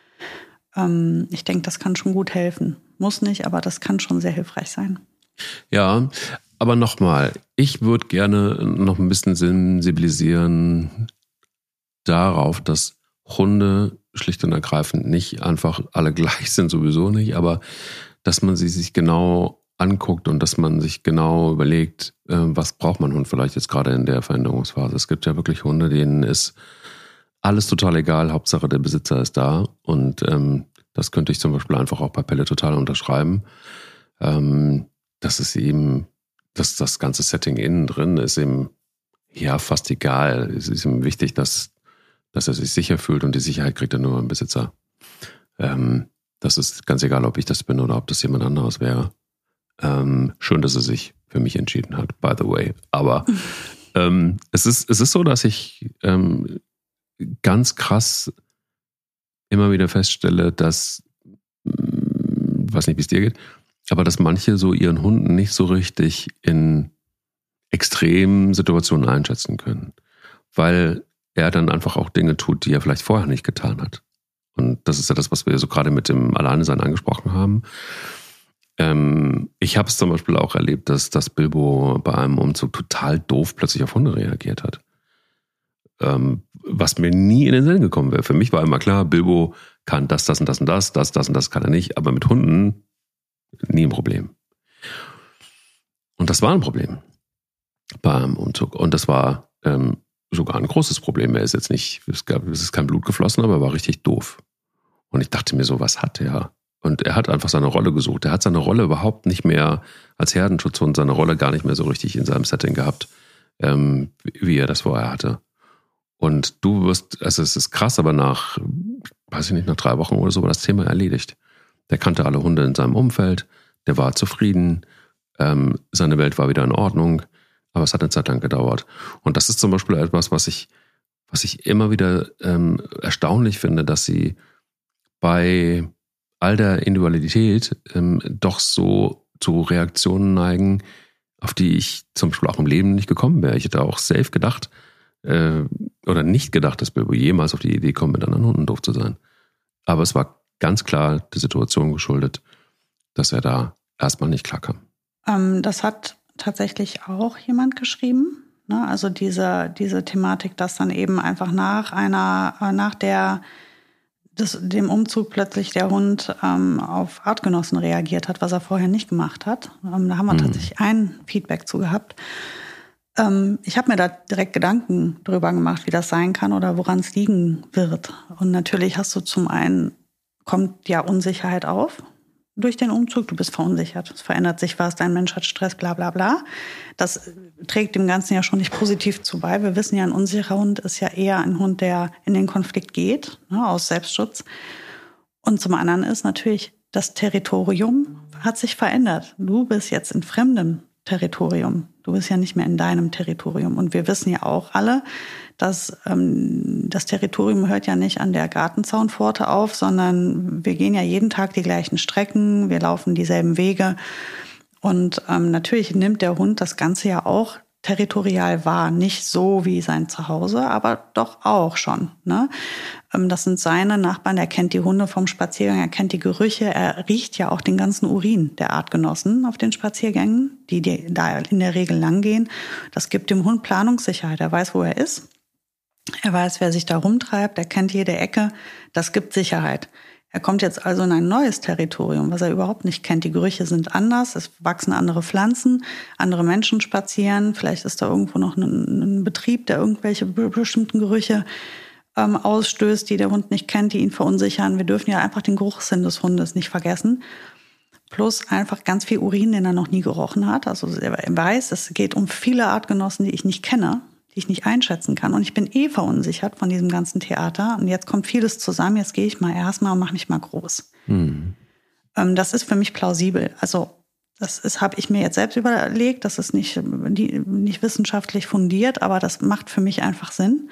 Ähm, ich denke, das kann schon gut helfen. Muss nicht, aber das kann schon sehr hilfreich sein. Ja, aber nochmal, ich würde gerne noch ein bisschen sensibilisieren darauf, dass Hunde schlicht und ergreifend nicht einfach alle gleich sind, sowieso nicht, aber dass man sie sich genau anguckt und dass man sich genau überlegt, was braucht man Hund vielleicht jetzt gerade in der Veränderungsphase. Es gibt ja wirklich Hunde, denen ist alles total egal, Hauptsache der Besitzer ist da, und ähm, das könnte ich zum Beispiel einfach auch bei Pelle total unterschreiben. Ähm, Das ist ihm, dass das ganze Setting innen drin ist ihm ja fast egal. Es ist ihm wichtig, dass, dass er sich sicher fühlt, und die Sicherheit kriegt er nur beim Besitzer. Ähm, das ist ganz egal, ob ich das bin oder ob das jemand anderes wäre. Ähm, schön, dass er sich für mich entschieden hat, by the way. Aber ähm, es ist, es ist so, dass ich ähm, ganz krass immer wieder feststelle, dass, ich weiß nicht, wie es dir geht, aber dass manche so ihren Hunden nicht so richtig in extremen Situationen einschätzen können, weil er dann einfach auch Dinge tut, die er vielleicht vorher nicht getan hat. Und das ist ja das, was wir so gerade mit dem Alleinesein angesprochen haben. Ähm, ich habe es zum Beispiel auch erlebt, dass, dass Bilbo bei einem Umzug total doof plötzlich auf Hunde reagiert hat. Ähm, was mir nie in den Sinn gekommen wäre. Für mich war immer klar, Bilbo kann das, das und das und das, das, das und das kann er nicht, aber mit Hunden nie ein Problem. Und das war ein Problem beim Umzug. Und das war ähm, sogar ein großes Problem. Er ist jetzt nicht, es, gab, es ist kein Blut geflossen, aber er war richtig doof. Und ich dachte mir so, was hat er? Und er hat einfach seine Rolle gesucht. Er hat seine Rolle überhaupt nicht mehr als Herdenschutzhund, seine Rolle gar nicht mehr so richtig in seinem Setting gehabt, ähm, wie er das vorher hatte. Und du wirst, also es ist krass, aber nach, weiß ich nicht, nach drei Wochen oder so war das Thema erledigt. Der kannte alle Hunde in seinem Umfeld, der war zufrieden, ähm, seine Welt war wieder in Ordnung, aber es hat eine Zeit lang gedauert. Und das ist zum Beispiel etwas, was ich, was ich immer wieder ähm, erstaunlich finde, dass sie bei all der Individualität ähm, doch so zu Reaktionen neigen, auf die ich zum Beispiel auch im Leben nicht gekommen wäre. Ich hätte auch safe gedacht, äh, oder nicht gedacht, dass Bilbo jemals auf die Idee kommt, mit anderen Hunden doof zu sein. Aber es war ganz klar der Situation geschuldet, dass er da erstmal nicht klarkam. Ähm, das hat tatsächlich auch jemand geschrieben. Ne? Also diese, diese Thematik, dass dann eben einfach nach einer, nach der, des, dem Umzug plötzlich der Hund ähm, auf Artgenossen reagiert hat, was er vorher nicht gemacht hat. Ähm, da haben wir mhm. tatsächlich ein Feedback zu gehabt. Ähm, ich habe mir da direkt Gedanken drüber gemacht, wie das sein kann oder woran es liegen wird. Und natürlich hast du zum einen, kommt ja Unsicherheit auf durch den Umzug. Du bist verunsichert. Es verändert sich was, dein Mensch hat Stress, bla bla bla. Das trägt dem Ganzen ja schon nicht positiv zu bei. Wir wissen ja, ein unsicherer Hund ist ja eher ein Hund, der in den Konflikt geht, ne, aus Selbstschutz. Und zum anderen ist natürlich, das Territorium hat sich verändert. Du bist jetzt in fremdem Territorium. Du bist ja nicht mehr in deinem Territorium. Und wir wissen ja auch alle, dass ähm, das Territorium hört ja nicht an der Gartenzaunpforte auf, sondern wir gehen ja jeden Tag die gleichen Strecken, wir laufen dieselben Wege. Und ähm, natürlich nimmt der Hund das Ganze ja auch territorial wahr. Nicht so wie sein Zuhause, aber doch auch schon. Ne? Ähm, das sind seine Nachbarn, er kennt die Hunde vom Spaziergang, er kennt die Gerüche, er riecht ja auch den ganzen Urin der Artgenossen auf den Spaziergängen, die, die da in der Regel langgehen. Das gibt dem Hund Planungssicherheit. Er weiß, wo er ist. Er weiß, wer sich da rumtreibt, er kennt jede Ecke. Das gibt Sicherheit. Er kommt jetzt also in ein neues Territorium, was er überhaupt nicht kennt. Die Gerüche sind anders, es wachsen andere Pflanzen, andere Menschen spazieren. Vielleicht ist da irgendwo noch ein, ein Betrieb, der irgendwelche bestimmten Gerüche ähm, ausstößt, die der Hund nicht kennt, die ihn verunsichern. Wir dürfen ja einfach den Geruchssinn des Hundes nicht vergessen. Plus einfach ganz viel Urin, den er noch nie gerochen hat. Also er weiß, es geht um viele Artgenossen, die ich nicht kenne, die ich nicht einschätzen kann. Und ich bin eh verunsichert von diesem ganzen Theater. Und jetzt kommt vieles zusammen. Jetzt gehe ich mal erstmal und mache mich mal groß. Mhm. Ähm, das ist für mich plausibel. Also das ist, habe ich mir jetzt selbst überlegt. Das ist nicht, die, nicht wissenschaftlich fundiert, aber das macht für mich einfach Sinn.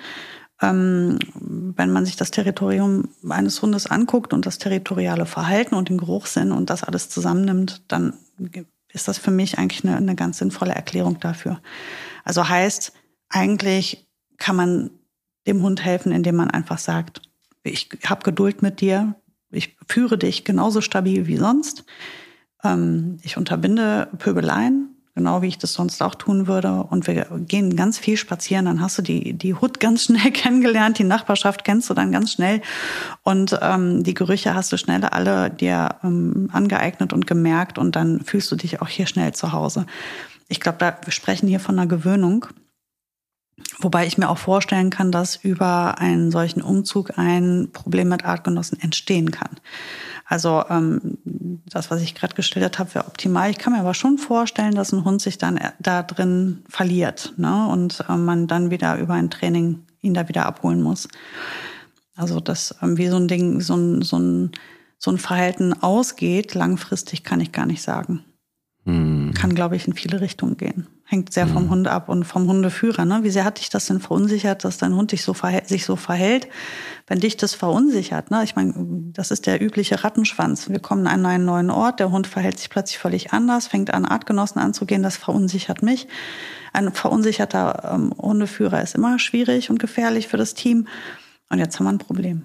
Ähm, wenn man sich das Territorium eines Hundes anguckt und das territoriale Verhalten und den Geruchssinn und das alles zusammennimmt, dann ist das für mich eigentlich eine, eine ganz sinnvolle Erklärung dafür. Also heißt, eigentlich kann man dem Hund helfen, indem man einfach sagt, ich habe Geduld mit dir, ich führe dich genauso stabil wie sonst. Ähm, ich unterbinde Pöbeleien, genau wie ich das sonst auch tun würde. Und wir gehen ganz viel spazieren, dann hast du die, die Hut ganz schnell kennengelernt, die Nachbarschaft kennst du dann ganz schnell. Und ähm, die Gerüche hast du schnell alle dir ähm, angeeignet und gemerkt und dann fühlst du dich auch hier schnell zu Hause. Ich glaube, da wir sprechen hier von einer Gewöhnung. Wobei ich mir auch vorstellen kann, dass über einen solchen Umzug ein Problem mit Artgenossen entstehen kann. Also ähm, das, was ich gerade geschildert habe, wäre optimal. Ich kann mir aber schon vorstellen, dass ein Hund sich dann da drin verliert, ne? Und äh, man dann wieder über ein Training ihn da wieder abholen muss. Also dass ähm, wie so ein Ding, so ein, so ein, so ein Verhalten ausgeht, langfristig kann ich gar nicht sagen. Hm. Kann, glaube ich, in viele Richtungen gehen. Hängt sehr vom hm. Hund ab und vom Hundeführer. Ne? Wie sehr hat dich das denn verunsichert, dass dein Hund dich so verhält, sich so verhält? Wenn dich das verunsichert, ne? Ich meine, das ist der übliche Rattenschwanz. Wir kommen an einen neuen Ort, der Hund verhält sich plötzlich völlig anders, fängt an, Artgenossen anzugehen, das verunsichert mich. Ein verunsicherter ähm, Hundeführer ist immer schwierig und gefährlich für das Team. Und jetzt haben wir ein Problem.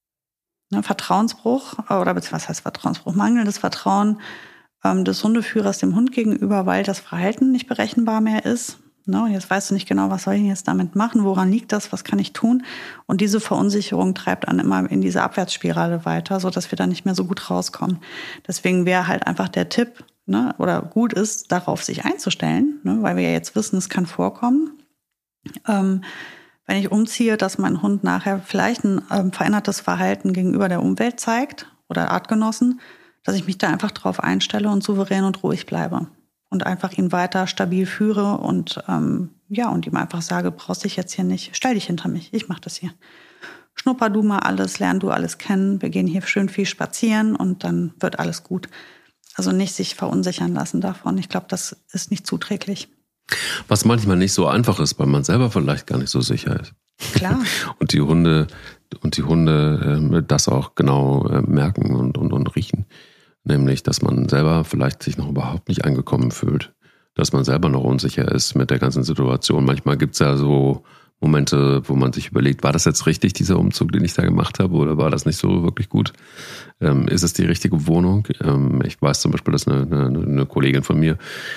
Ne? Vertrauensbruch, oder was heißt Vertrauensbruch? Mangelndes Vertrauen des Hundeführers dem Hund gegenüber, weil das Verhalten nicht berechenbar mehr ist. Ne? Und jetzt weißt du nicht genau, was soll ich jetzt damit machen, woran liegt das, was kann ich tun? Und diese Verunsicherung treibt dann immer in diese Abwärtsspirale weiter, sodass wir da nicht mehr so gut rauskommen. Deswegen wäre halt einfach der Tipp, ne, oder gut ist, darauf sich einzustellen, ne, weil wir ja jetzt wissen, es kann vorkommen. Ähm, wenn ich umziehe, dass mein Hund nachher vielleicht ein ähm, verändertes Verhalten gegenüber der Umwelt zeigt oder Artgenossen, dass ich mich da einfach drauf einstelle und souverän und ruhig bleibe und einfach ihn weiter stabil führe und ähm, ja und ihm einfach sage, brauchst dich jetzt hier nicht, stell dich hinter mich, ich mach das hier. Schnupper du mal alles, lern du alles kennen, wir gehen hier schön viel spazieren und dann wird alles gut. Also nicht sich verunsichern lassen davon. Ich glaube, das ist nicht zuträglich. Was manchmal nicht so einfach ist, weil man selber vielleicht gar nicht so sicher ist. Klar. Und die Hunde und die Hunde äh, das auch genau äh, merken und, und, und riechen. Nämlich, dass man selber vielleicht sich noch überhaupt nicht angekommen fühlt. Dass man selber noch unsicher ist mit der ganzen Situation. Manchmal gibt's ja so Momente, wo man sich überlegt, war das jetzt richtig, dieser Umzug, den ich da gemacht habe, oder war das nicht so wirklich gut? Ähm, ist es die richtige Wohnung? Ähm, ich weiß zum Beispiel, dass eine, eine, eine Kollegin von mir,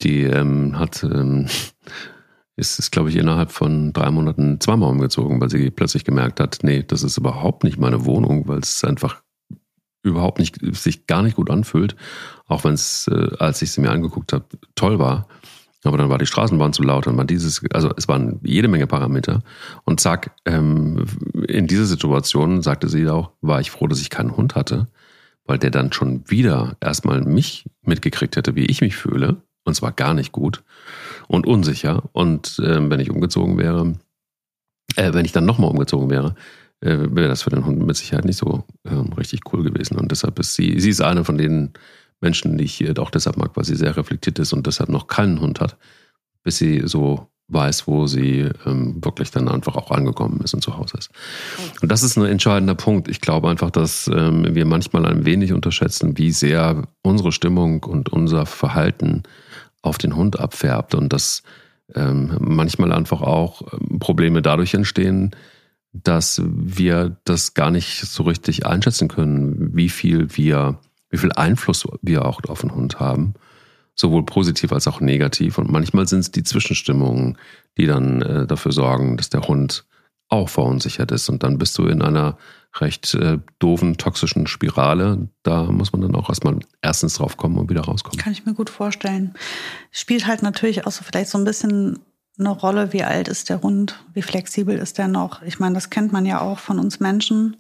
Die ähm, hat, ähm, ist, ist glaube ich, innerhalb von drei Monaten zweimal umgezogen, weil sie plötzlich gemerkt hat, nee, das ist überhaupt nicht meine Wohnung, weil es einfach überhaupt nicht, sich gar nicht gut anfühlt, auch wenn es, äh, als ich sie mir angeguckt habe, toll war. Aber dann war die Straßenbahn zu laut, dann war dieses, also es waren jede Menge Parameter. Und zack, ähm, in dieser Situation, sagte sie auch, war ich froh, dass ich keinen Hund hatte, weil der dann schon wieder erstmal mich mitgekriegt hätte, wie ich mich fühle. Und zwar gar nicht gut und unsicher. Und ähm, wenn ich umgezogen wäre, äh, wenn ich dann nochmal umgezogen wäre, äh, wäre das für den Hund mit Sicherheit nicht so ähm, richtig cool gewesen. Und deshalb ist sie, sie ist eine von den Menschen, die ich auch deshalb mag, weil sie sehr reflektiert ist und deshalb noch keinen Hund hat, bis sie so weiß, wo sie ähm, wirklich dann einfach auch angekommen ist und zu Hause ist. Und das ist ein entscheidender Punkt. Ich glaube einfach, dass ähm, wir manchmal ein wenig unterschätzen, wie sehr unsere Stimmung und unser Verhalten auf den Hund abfärbt und dass ähm, manchmal einfach auch Probleme dadurch entstehen, dass wir das gar nicht so richtig einschätzen können, wie viel wir, wie viel Einfluss wir auch auf den Hund haben, sowohl positiv als auch negativ. Und manchmal sind es die Zwischenstimmungen, die dann äh, dafür sorgen, dass der Hund auch verunsichert ist. Und dann bist du in einer recht äh, doofen, toxischen Spirale. Da muss man dann auch erstmal erstens drauf kommen und wieder rauskommen. Kann ich mir gut vorstellen. Spielt halt natürlich auch so vielleicht so ein bisschen eine Rolle, wie alt ist der Hund, wie flexibel ist der noch. Ich meine, das kennt man ja auch von uns Menschen.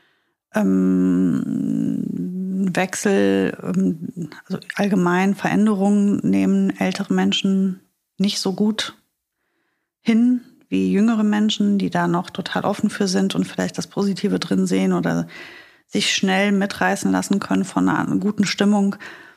Ähm, Wechsel, ähm, also allgemein Veränderungen nehmen ältere Menschen nicht so gut hin wie jüngere Menschen, die da noch total offen für sind und vielleicht das Positive drin sehen oder sich schnell mitreißen lassen können von einer guten Stimmung.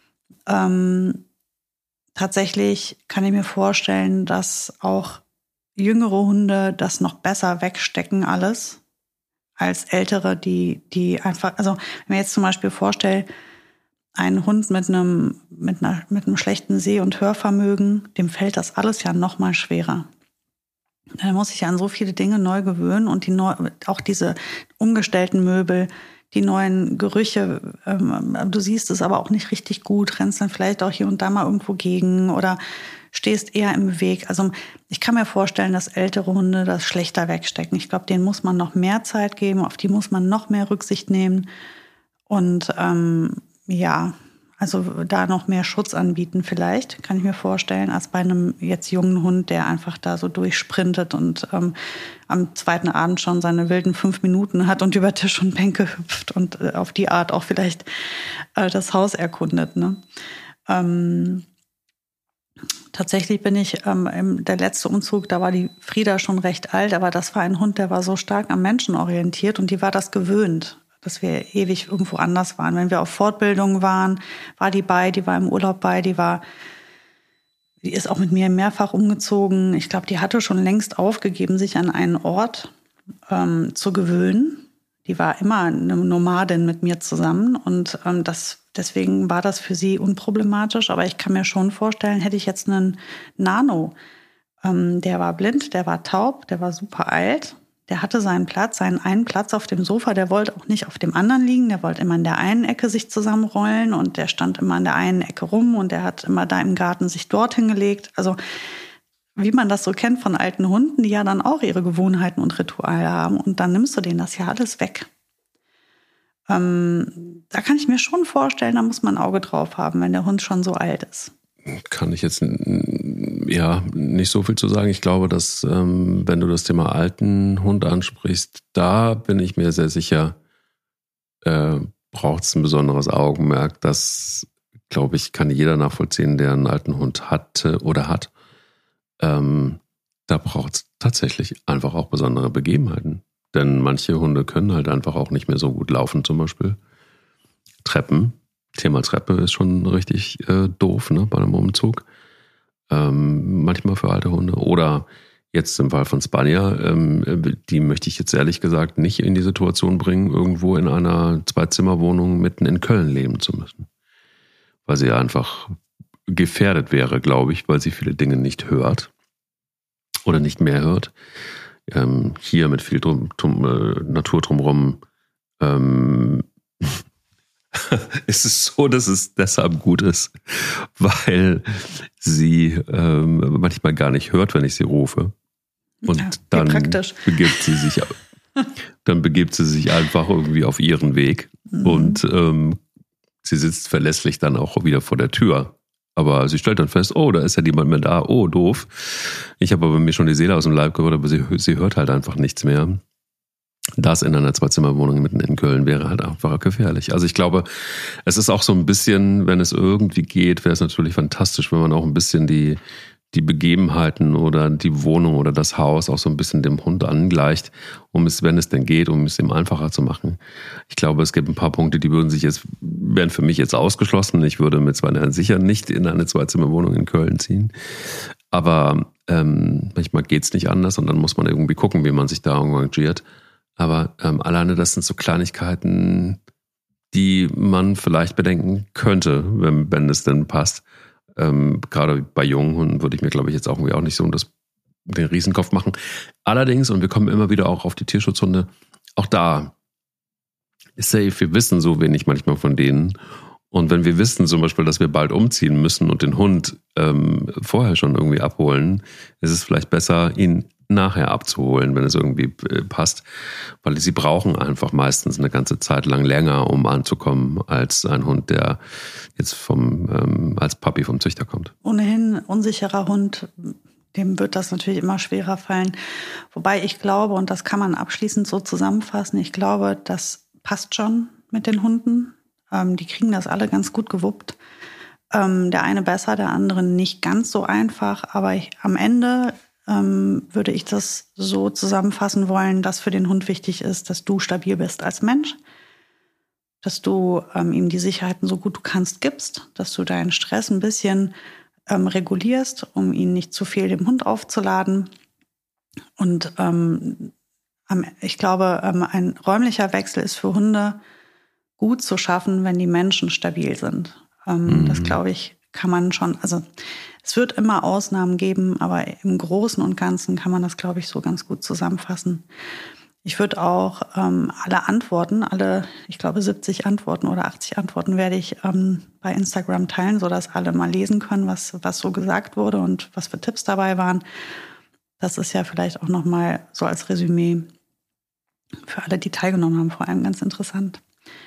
Ähm, tatsächlich kann ich mir vorstellen, dass auch jüngere Hunde das noch besser wegstecken alles als ältere, die, die einfach, also wenn ich mir jetzt zum Beispiel vorstelle, ein Hund mit einem, mit einer, mit einem schlechten Seh- und Hörvermögen, dem fällt das alles ja noch mal schwerer. Da muss ich an so viele Dinge neu gewöhnen und die neu, auch diese umgestellten Möbel, die neuen Gerüche, ähm, du siehst es aber auch nicht richtig gut, rennst dann vielleicht auch hier und da mal irgendwo gegen oder stehst eher im Weg. Also ich kann mir vorstellen, dass ältere Hunde das schlechter wegstecken. Ich glaube, denen muss man noch mehr Zeit geben, auf die muss man noch mehr Rücksicht nehmen und ähm, ja, also da noch mehr Schutz anbieten vielleicht, kann ich mir vorstellen, als bei einem jetzt jungen Hund, der einfach da so durchsprintet und ähm, am zweiten Abend schon seine wilden fünf Minuten hat und über Tisch und Bänke hüpft und äh, auf die Art auch vielleicht äh, das Haus erkundet. Ne? Ähm, tatsächlich bin ich, ähm, im, der letzte Umzug, da war die Frieda schon recht alt, aber das war ein Hund, der war so stark am Menschen orientiert und die war das gewöhnt, dass wir ewig irgendwo anders waren. Wenn wir auf Fortbildungen waren, war die bei, die war im Urlaub bei, die war, die ist auch mit mir mehrfach umgezogen. Ich glaube, die hatte schon längst aufgegeben, sich an einen Ort ähm, zu gewöhnen. Die war immer eine Nomadin mit mir zusammen und ähm, das, deswegen war das für sie unproblematisch. Aber ich kann mir schon vorstellen, hätte ich jetzt einen Nano, ähm, der war blind, der war taub, der war super alt. Der hatte seinen Platz, seinen einen Platz auf dem Sofa, der wollte auch nicht auf dem anderen liegen, der wollte immer in der einen Ecke sich zusammenrollen und der stand immer in der einen Ecke rum und der hat immer da im Garten sich dorthin gelegt. Also wie man das so kennt von alten Hunden, die ja dann auch ihre Gewohnheiten und Rituale haben und dann nimmst du denen das ja alles weg. Ähm, da kann ich mir schon vorstellen, da muss man ein Auge drauf haben, wenn der Hund schon so alt ist. Kann ich jetzt ja nicht so viel zu sagen. Ich glaube, dass ähm, wenn du das Thema alten Hund ansprichst, da bin ich mir sehr sicher, äh, braucht es ein besonderes Augenmerk. Das, glaube ich, kann jeder nachvollziehen, der einen alten Hund hatte oder hat. Ähm, da braucht es tatsächlich einfach auch besondere Begebenheiten. Denn manche Hunde können halt einfach auch nicht mehr so gut laufen, zum Beispiel. Treppen. Thema Treppe ist schon richtig äh, doof, ne, bei einem Umzug. Ähm, manchmal für alte Hunde. Oder jetzt im Fall von Spanier, ähm, die möchte ich jetzt ehrlich gesagt nicht in die Situation bringen, irgendwo in einer Zwei-Zimmer-Wohnung mitten in Köln leben zu müssen. Weil sie einfach gefährdet wäre, glaube ich, weil sie viele Dinge nicht hört oder nicht mehr hört. Ähm, hier mit viel drum, drum, äh, Natur drumherum ähm, es ist so, dass es deshalb gut ist, weil sie ähm, manchmal gar nicht hört, wenn ich sie rufe. Und ja, dann praktisch. begibt sie sich, dann begibt sie sich einfach irgendwie auf ihren Weg. Mhm. Und ähm, sie sitzt verlässlich dann auch wieder vor der Tür. Aber sie stellt dann fest, oh, da ist ja niemand mehr da, oh, doof. Ich habe aber mir schon die Seele aus dem Leib gehört, aber sie, sie hört halt einfach nichts mehr. Das in einer Zwei-Zimmer-Wohnung mitten in Köln wäre halt einfach gefährlich. Also ich glaube, es ist auch so ein bisschen, wenn es irgendwie geht, wäre es natürlich fantastisch, wenn man auch ein bisschen die, die Begebenheiten oder die Wohnung oder das Haus auch so ein bisschen dem Hund angleicht, um es, wenn es denn geht, um es ihm einfacher zu machen. Ich glaube, es gibt ein paar Punkte, die würden sich jetzt, wären für mich jetzt ausgeschlossen. Ich würde mit zwei Herren sicher nicht in eine Zwei-Zimmer-Wohnung in Köln ziehen. Aber ähm, manchmal geht's nicht anders und dann muss man irgendwie gucken, wie man sich da arrangiert. Aber ähm, alleine das sind so Kleinigkeiten, die man vielleicht bedenken könnte, wenn, wenn es denn passt. Ähm, gerade bei jungen Hunden würde ich mir, glaube ich, jetzt auch irgendwie auch nicht so das, den Riesenkopf machen. Allerdings, und wir kommen immer wieder auch auf die Tierschutzhunde, auch da ist safe, wir wissen so wenig manchmal von denen. Und wenn wir wissen zum Beispiel, dass wir bald umziehen müssen und den Hund ähm, vorher schon irgendwie abholen, ist es vielleicht besser, ihn nachher abzuholen, wenn es irgendwie passt, weil sie brauchen einfach meistens eine ganze Zeit lang länger, um anzukommen, als ein Hund, der jetzt vom ähm, als Puppy vom Züchter kommt. Ohnehin unsicherer Hund, dem wird das natürlich immer schwerer fallen. Wobei ich glaube, und das kann man abschließend so zusammenfassen, ich glaube, das passt schon mit den Hunden. Ähm, die kriegen das alle ganz gut gewuppt. Ähm, der eine besser, der andere nicht ganz so einfach, aber ich, am Ende Ähm, würde ich das so zusammenfassen wollen, dass für den Hund wichtig ist, dass du stabil bist als Mensch, dass du ähm, ihm die Sicherheiten so gut du kannst gibst, dass du deinen Stress ein bisschen ähm, regulierst, um ihn nicht zu viel dem Hund aufzuladen. Und ähm, ich glaube, ähm, ein räumlicher Wechsel ist für Hunde gut zu schaffen, wenn die Menschen stabil sind. Ähm, mhm. Das, glaube ich, kann man schon, also es wird immer Ausnahmen geben, aber im Großen und Ganzen kann man das, glaube ich, so ganz gut zusammenfassen. Ich würde auch ähm, alle Antworten, alle, ich glaube, siebzig Antworten oder achtzig Antworten werde ich ähm, bei Instagram teilen, sodass alle mal lesen können, was, was so gesagt wurde und was für Tipps dabei waren. Das ist ja vielleicht auch nochmal so als Resümee für alle, die teilgenommen haben, vor allem ganz interessant.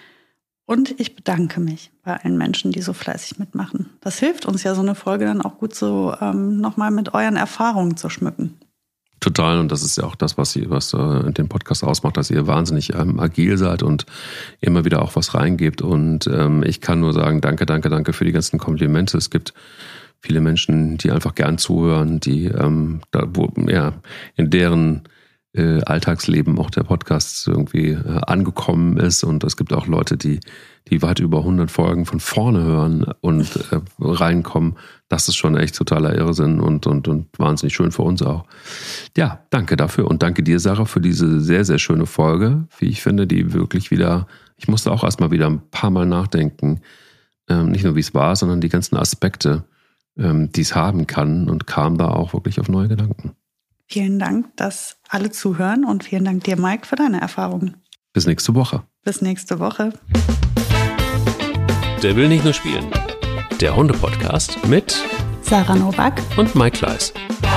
Und ich bedanke mich bei allen Menschen, die so fleißig mitmachen. Das hilft uns ja, so eine Folge dann auch gut so ähm, nochmal mit euren Erfahrungen zu schmücken. Total, und das ist ja auch das, was, ihr, was äh, den Podcast ausmacht, dass ihr wahnsinnig ähm, agil seid und immer wieder auch was reingebt. Und ähm, ich kann nur sagen, danke, danke, danke für die ganzen Komplimente. Es gibt viele Menschen, die einfach gern zuhören, die ähm, da, wo, ja, in deren Äh, Alltagsleben auch der Podcast irgendwie äh, angekommen ist, und es gibt auch Leute, die die weit über hundert Folgen von vorne hören und äh, reinkommen. Das ist schon echt totaler Irrsinn und und und wahnsinnig schön für uns auch. Ja, danke dafür und danke dir, Sarah, für diese sehr, sehr schöne Folge, wie ich finde, die wirklich wieder, ich musste auch erstmal wieder ein paar Mal nachdenken, ähm, nicht nur wie es war, sondern die ganzen Aspekte, ähm, die es haben kann, und kam da auch wirklich auf neue Gedanken. Vielen Dank, dass alle zuhören, und vielen Dank dir, Mike, für deine Erfahrungen. Bis nächste Woche. Bis nächste Woche. Der will nicht nur spielen. Der Hunde-Podcast mit Sarah Novak und Mike Kleiss.